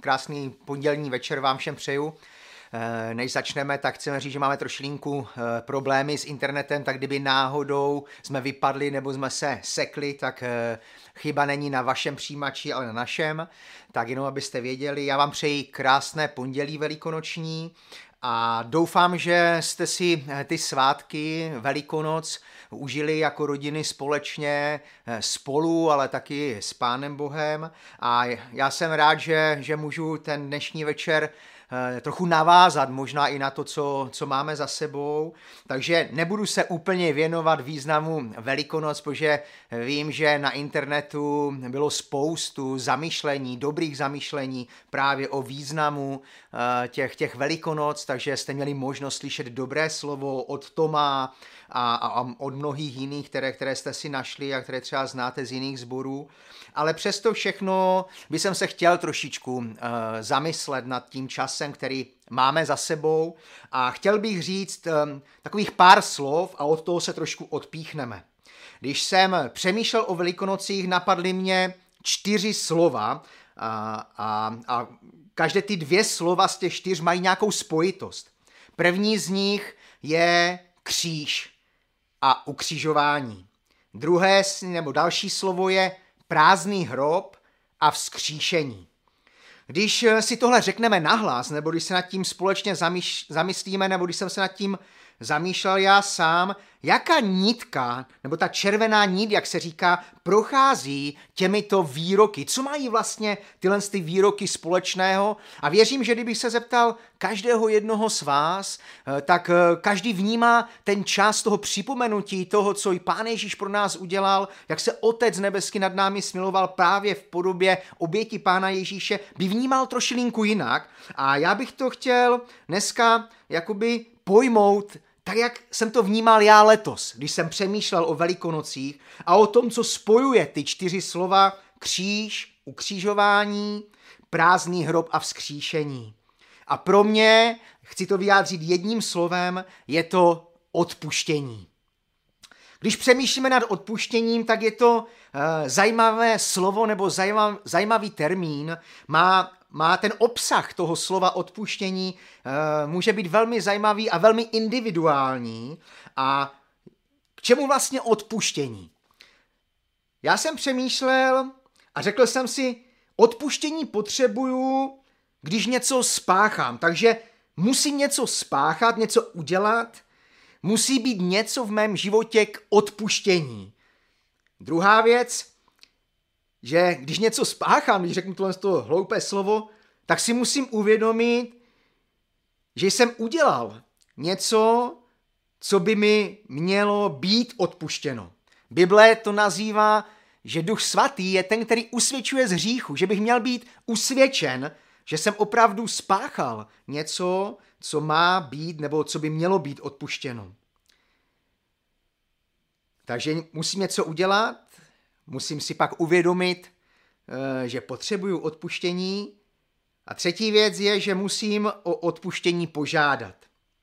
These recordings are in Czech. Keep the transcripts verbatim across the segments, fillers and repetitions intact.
krásný pondělní večer vám všem přeju. Než začneme, tak chceme říct, že máme trošilinku problémy s internetem, tak kdyby náhodou jsme vypadli nebo jsme se sekli, tak chyba není na vašem přijímači, ale na našem. Tak jenom abyste věděli, já vám přeji krásné pondělí velikonoční a doufám, že jste si ty svátky Velikonoc užili jako rodiny společně spolu, ale taky s Pánem Bohem. A já jsem rád, že, že můžu ten dnešní večer trochu navázat možná i na to, co, co máme za sebou. Takže nebudu se úplně věnovat významu Velikonoc, protože vím, že na internetu bylo spoustu zamyšlení, dobrých zamyšlení právě o významu těch, těch Velikonoc, takže jste měli možnost slyšet dobré slovo od Toma a, a, a od mnohých jiných, které, které jste si našli a které třeba znáte z jiných sborů. Ale přesto všechno bych jsem se chtěl trošičku uh, zamyslet nad tím časem, který máme za sebou a chtěl bych říct um, takových pár slov a od toho se trošku odpíchneme. Když jsem přemýšlel o Velikonocích, napadly mě čtyři slova a, a, a každé ty dvě slova z těch čtyř mají nějakou spojitost. První z nich je kříž a ukřižování. Druhé nebo další slovo je prázdný hrob a vzkříšení. Když si tohle řekneme nahlas, nebo když se nad tím společně zamýš- zamyslíme, nebo když jsem se nad tím zamýšlel já sám, jaká nitka, nebo ta červená nit, jak se říká, prochází těmito výroky. Co mají vlastně tyhle ty výroky společného? A věřím, že kdybych se zeptal každého jednoho z vás, tak každý vnímá ten čas toho připomenutí toho, co i Pán Ježíš pro nás udělal, jak se Otec nebeský nad námi smiloval právě v podobě oběti Pána Ježíše, by vnímal trošilinku jinak. A já bych to chtěl dneska jakoby pojmout tak, jak jsem to vnímal já letos, když jsem přemýšlel o Velikonocích a o tom, co spojuje ty čtyři slova kříž, ukřižování, prázdný hrob a vzkříšení. A pro mě, chci to vyjádřit jedním slovem, je to odpuštění. Když přemýšlíme nad odpuštěním, tak je to uh, zajímavé slovo nebo zajímav, zajímavý termín, má Má ten obsah toho slova odpuštění, uh, může být velmi zajímavý a velmi individuální. A k čemu vlastně odpuštění? Já jsem přemýšlel a řekl jsem si, odpuštění potřebuju, když něco spáchám. Takže musím něco spáchat, něco udělat, musí být něco v mém životě k odpuštění. Druhá věc, že když něco spáchám, když řeknu tohle to hloupé slovo, tak si musím uvědomit, že jsem udělal něco, co by mi mělo být odpuštěno. Bible to nazývá, že Duch Svatý je ten, který usvědčuje z hříchu, že bych měl být usvědčen, že jsem opravdu spáchal něco, co má být nebo co by mělo být odpuštěno. Takže musím něco udělat, musím si pak uvědomit, že potřebuju odpuštění. A třetí věc je, že musím o odpuštění požádat.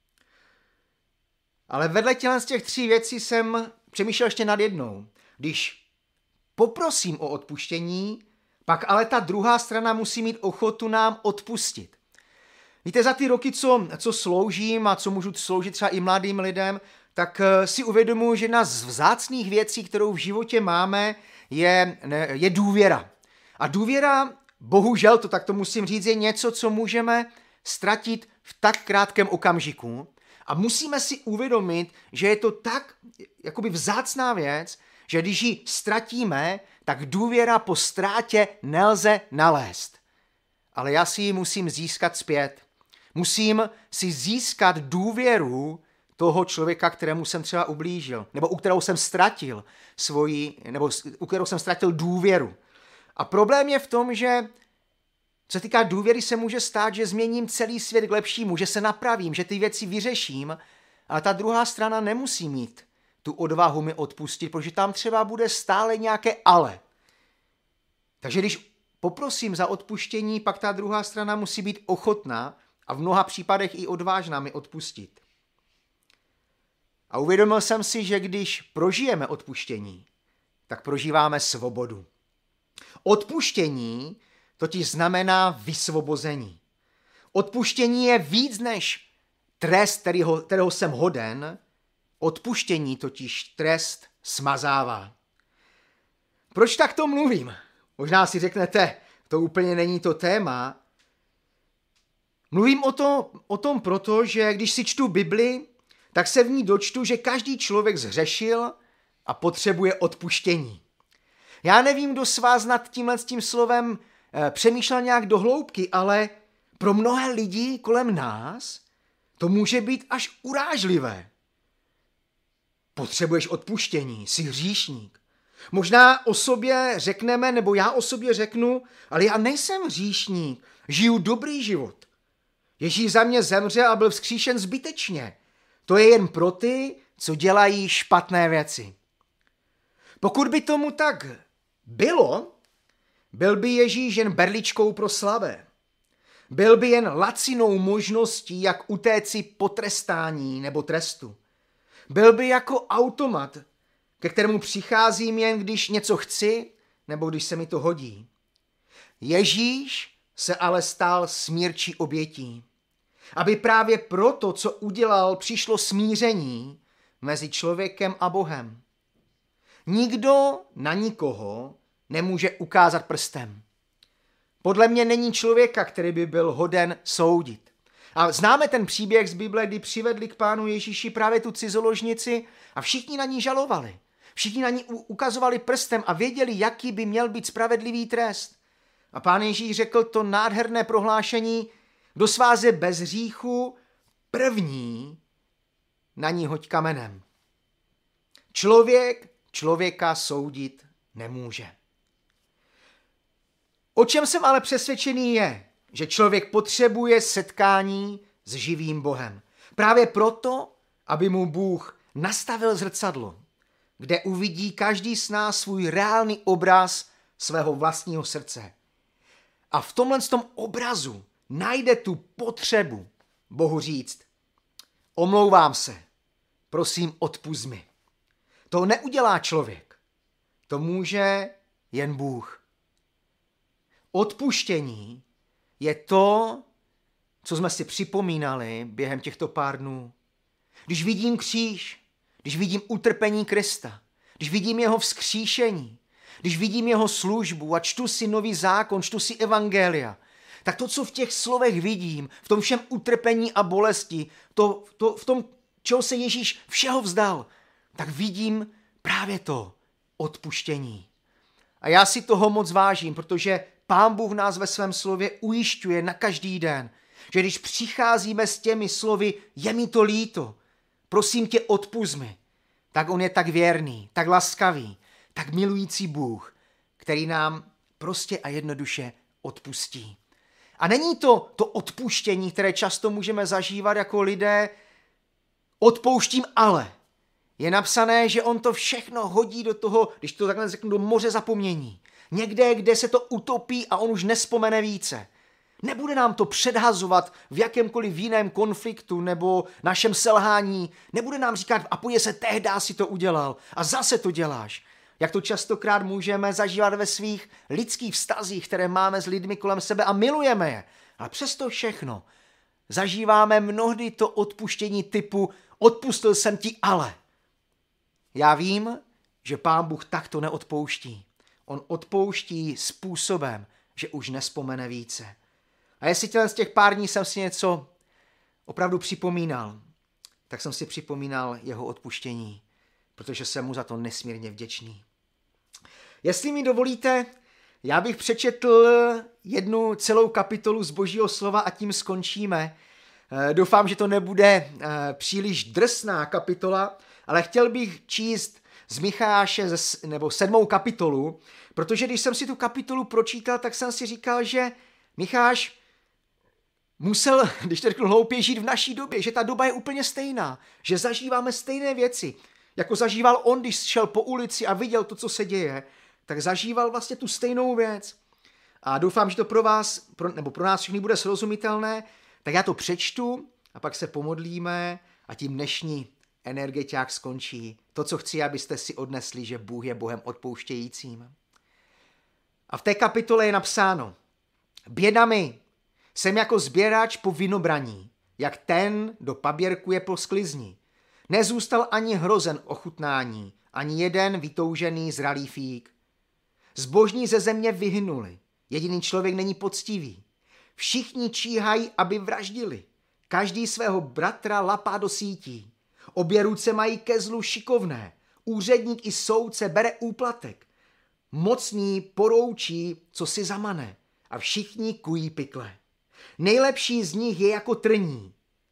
Ale vedle těchto z těch tří věcí jsem přemýšlel ještě nad jednou. Když poprosím o odpuštění, pak ale ta druhá strana musí mít ochotu nám odpustit. Víte, za ty roky, co, co sloužím a co můžu sloužit třeba i mladým lidem, tak si uvědomuji, že jedna z vzácných věcí, kterou v životě máme, je, je důvěra. A důvěra, bohužel to tak to musím říct, je něco, co můžeme ztratit v tak krátkém okamžiku. A musíme si uvědomit, že je to tak jakoby vzácná věc, že když ji ztratíme, tak důvěra po ztrátě nelze nalézt. Ale já si ji musím získat zpět. Musím si získat důvěru toho člověka, kterému jsem třeba ublížil, nebo u kterého jsem ztratil svoji, nebo u kterého jsem ztratil důvěru. A problém je v tom, že co se týká důvěry, se může stát, že změním celý svět k lepšímu, že se napravím, že ty věci vyřeším, ale ta druhá strana nemusí mít tu odvahu mi odpustit, protože tam třeba bude stále nějaké ale. Takže když poprosím za odpuštění, pak ta druhá strana musí být ochotná a v mnoha případech i odvážná mi odpustit. A uvědomil jsem si, že když prožijeme odpuštění, tak prožíváme svobodu. Odpuštění totiž znamená vysvobození. Odpuštění je víc než trest, kterého, kterého jsem hoden. Odpuštění totiž trest smazává. Proč takto mluvím? Možná si řeknete, to úplně není to téma. Mluvím o, to, o tom proto, že když si čtu Bibli, tak se v ní dočtu, že každý člověk zhřešil a potřebuje odpuštění. Já nevím, kdo z vás nad tímhle tím slovem eh, přemýšlel nějak do hloubky, ale pro mnohé lidi kolem nás to může být až urážlivé. Potřebuješ odpuštění, jsi hříšník. Možná o sobě řekneme, nebo já o sobě řeknu, ale já nejsem hříšník, žiju dobrý život. Ježíš za mě zemře a byl vzkříšen zbytečně. To je jen pro ty, co dělají špatné věci. Pokud by tomu tak bylo, byl by Ježíš jen berličkou pro slabé. Byl by jen lacinou možností, jak utéci potrestání nebo trestu. Byl by jako automat, ke kterému přicházím jen, když něco chci, nebo když se mi to hodí. Ježíš se ale stal smírčí obětí, aby právě proto, co udělal, přišlo smíření mezi člověkem a Bohem. Nikdo na nikoho nemůže ukázat prstem. Podle mě není člověka, který by byl hoden soudit. A známe ten příběh z Bible, kdy přivedli k Pánu Ježíši právě tu cizoložnici a všichni na ní žalovali. Všichni na ní ukazovali prstem a věděli, jaký by měl být spravedlivý trest. A Pán Ježíš řekl to nádherné prohlášení: kdo z vás je bez hříchu, první na ní hoď kamenem. Člověk člověka soudit nemůže. O čem jsem ale přesvědčený je, že člověk potřebuje setkání s živým Bohem. Právě proto, aby mu Bůh nastavil zrcadlo, kde uvidí každý z nás svůj reálný obraz svého vlastního srdce. A v tomhle tom obrazu najde tu potřebu Bohu říct: omlouvám se, prosím, odpusť mi. To neudělá člověk. To může jen Bůh. Odpuštění je to, co jsme si připomínali během těchto pár dnů. Když vidím kříž, když vidím utrpení Krista, když vidím jeho vzkříšení, když vidím jeho službu a čtu si nový zákon, čtu si evangelia, tak to, co v těch slovech vidím, v tom všem utrpení a bolesti, to, to, v tom, čeho se Ježíš všeho vzdal, tak vidím právě to odpuštění. A já si toho moc vážím, protože Pán Bůh nás ve svém slově ujišťuje na každý den, že když přicházíme s těmi slovy, je mi to líto, prosím tě, odpusť mi, tak on je tak věrný, tak laskavý, tak milující Bůh, který nám prostě a jednoduše odpustí. A není to to odpuštění, které často můžeme zažívat jako lidé, odpouštím ale. Je napsané, že on to všechno hodí do toho, když to takhle řeknu, do moře zapomnění. Někde, kde se to utopí a on už nespomene více. Nebude nám to předhazovat v jakémkoliv jiném konfliktu nebo našem selhání. Nebude nám říkat, a pojď se, tehdy si to udělal a zase to děláš. Jak to častokrát můžeme zažívat ve svých lidských vztazích, které máme s lidmi kolem sebe a milujeme je. Ale přesto všechno zažíváme mnohdy to odpuštění typu odpustil jsem ti ale. Já vím, že Pán Bůh takto neodpouští. On odpouští způsobem, že už nespomene více. A jestli z těch pár dní jsem si něco opravdu připomínal, tak jsem si připomínal jeho odpuštění, protože jsem mu za to nesmírně vděčný. Jestli mi dovolíte, já bych přečetl jednu celou kapitolu z Božího slova a tím skončíme. Doufám, že to nebude příliš drsná kapitola, ale chtěl bych číst z Micháše nebo sedmou kapitolu, protože když jsem si tu kapitolu pročítal, tak jsem si říkal, že Micháš musel, když to řeknu hloupě, žít v naší době, že ta doba je úplně stejná, že zažíváme stejné věci. Jako zažíval on, když šel po ulici a viděl to, co se děje, tak zažíval vlastně tu stejnou věc. A doufám, že to pro vás, pro, nebo pro nás všechny bude srozumitelné, tak já to přečtu a pak se pomodlíme a tím dnešní energetiák skončí. To, co chci, abyste si odnesli, že Bůh je Bohem odpouštějícím. A v té kapitole je napsáno: Běda mi, jsem jako sběrač po vinobraní, jak ten, kdo paběrkuje po sklizni. Nezůstal ani hrozen ochutnání, ani jeden vytoužený zralý fík. Zbožní ze země vyhynuli, jediný člověk není poctivý. Všichni číhají, aby vraždili. Každý svého bratra lapá do sítí. Obě ruce mají ke zlu šikovné. Úředník i soudce bere úplatek. Mocný poroučí, co si zamane. A všichni kují pikle. Nejlepší z nich je jako trní.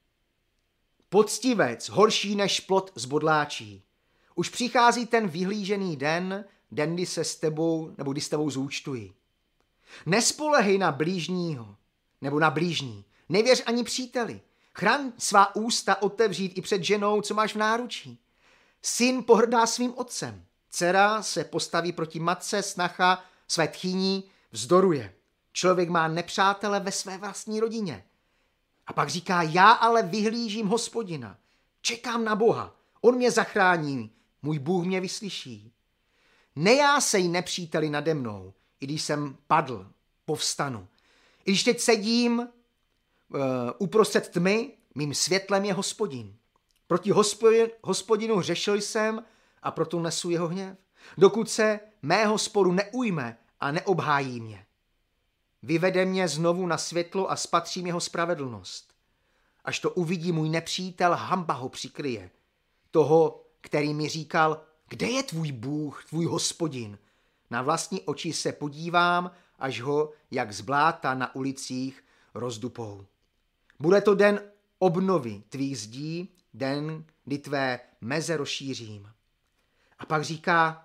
Poctivec horší než plot z bodláčí. Už přichází ten vyhlížený den, den, kdy se s tebou, nebo kdy s tebou zúčtuji. Nespolehej na blížního, nebo na blížní. Nevěř ani příteli. Chraň svá ústa otevřít i před ženou, co máš v náručí. Syn pohrdá svým otcem. Dcera se postaví proti matce, snacha své tchýní vzdoruje. Člověk má nepřátele ve své vlastní rodině. A pak říká, já ale vyhlížím Hospodina. Čekám na Boha. On mě zachrání. Můj Bůh mě vyslyší. Nejásej nepříteli nade mnou, i když jsem padl, povstanu. I když teď sedím uh, uprostřed tmy, mým světlem je Hospodin. Proti hospodin, hospodinu hřešil jsem a proto nesu jeho hněv. Dokud se mého sporu neujme a neobhájí mě. Vyvede mě znovu na světlo a spatřím jeho spravedlnost. Až to uvidí můj nepřítel, hanba ho přikryje. Toho, který mi říkal, kde je tvůj Bůh, tvůj Hospodin? Na vlastní oči se podívám, až ho, jak z bláta na ulicích, rozdupou. Bude to den obnovy tvých zdí, den, kdy tvé meze rozšířím. A pak říká,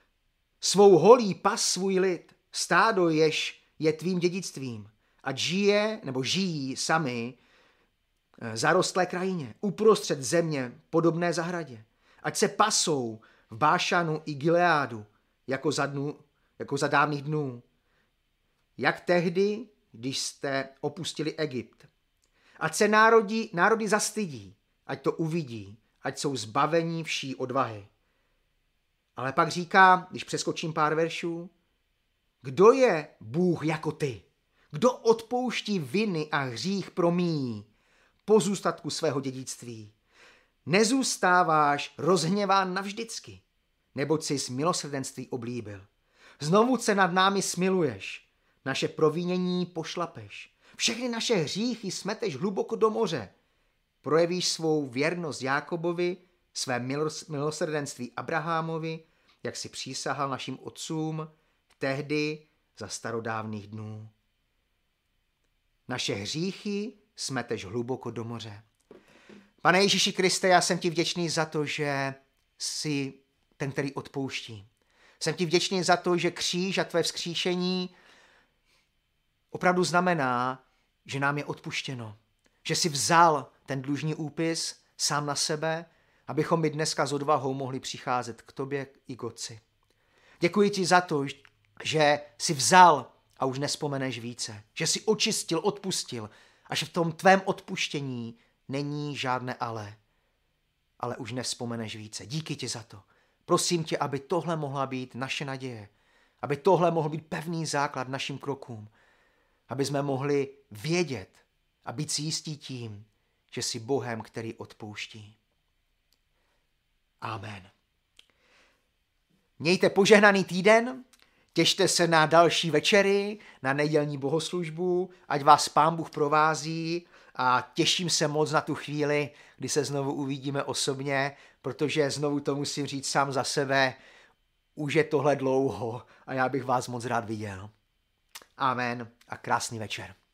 svou holí pas svůj lid, stádo jež je tvým dědictvím, ať žije, nebo žijí sami zarostlé krajině, uprostřed země podobné zahradě. Ať se pasou v Bášanu i Gileádu, jako za, dnu, jako za dávných dnů. Jak tehdy, když jste opustili Egypt. Ať se národy, národy zastydí, ať to uvidí, ať jsou zbavení vší odvahy. Ale pak říká, když přeskočím pár veršů, kdo je Bůh jako ty? Kdo odpouští viny a hřích promíjí pozůstatku svého dědictví? Nezůstáváš rozhněván navždycky, neboť jsi z milosrdenství oblíbil. Znovu se nad námi smiluješ, naše provinění pošlapeš. Všechny naše hříchy smeteš hluboko do moře. Projevíš svou věrnost Jákobovi, své milosrdenství Abrahamovi, jak si přísahal našim otcům, tehdy za starodávných dnů. Naše hříchy smeteš hluboko do moře. Pane Ježíši Kriste, já jsem ti vděčný za to, že jsi ten, který odpouští. Jsem ti vděčný za to, že kříž a tvé vzkříšení opravdu znamená, že nám je odpuštěno. Že jsi vzal ten dlužní úpis sám na sebe, abychom my dneska s odvahou mohli přicházet k tobě i k Otci. Děkuji ti za to, že jsi vzal a už nespomeneš více. Že jsi očistil, odpustil a že v tom tvém odpuštění není žádné ale. Ale už nevzpomeneš více. Díky ti za to. Prosím tě, aby tohle mohla být naše naděje. Aby tohle mohl být pevný základ našim krokům. Aby jsme mohli vědět a být si jistí tím, že jsi Bohem, který odpouští. Amen. Mějte požehnaný týden, těšte se na další večery, na nedělní bohoslužbu, ať vás Pán Bůh provází a těším se moc na tu chvíli, kdy se znovu uvidíme osobně, protože znovu to musím říct sám za sebe, už je tohle dlouho a já bych vás moc rád viděl. Amen a krásný večer.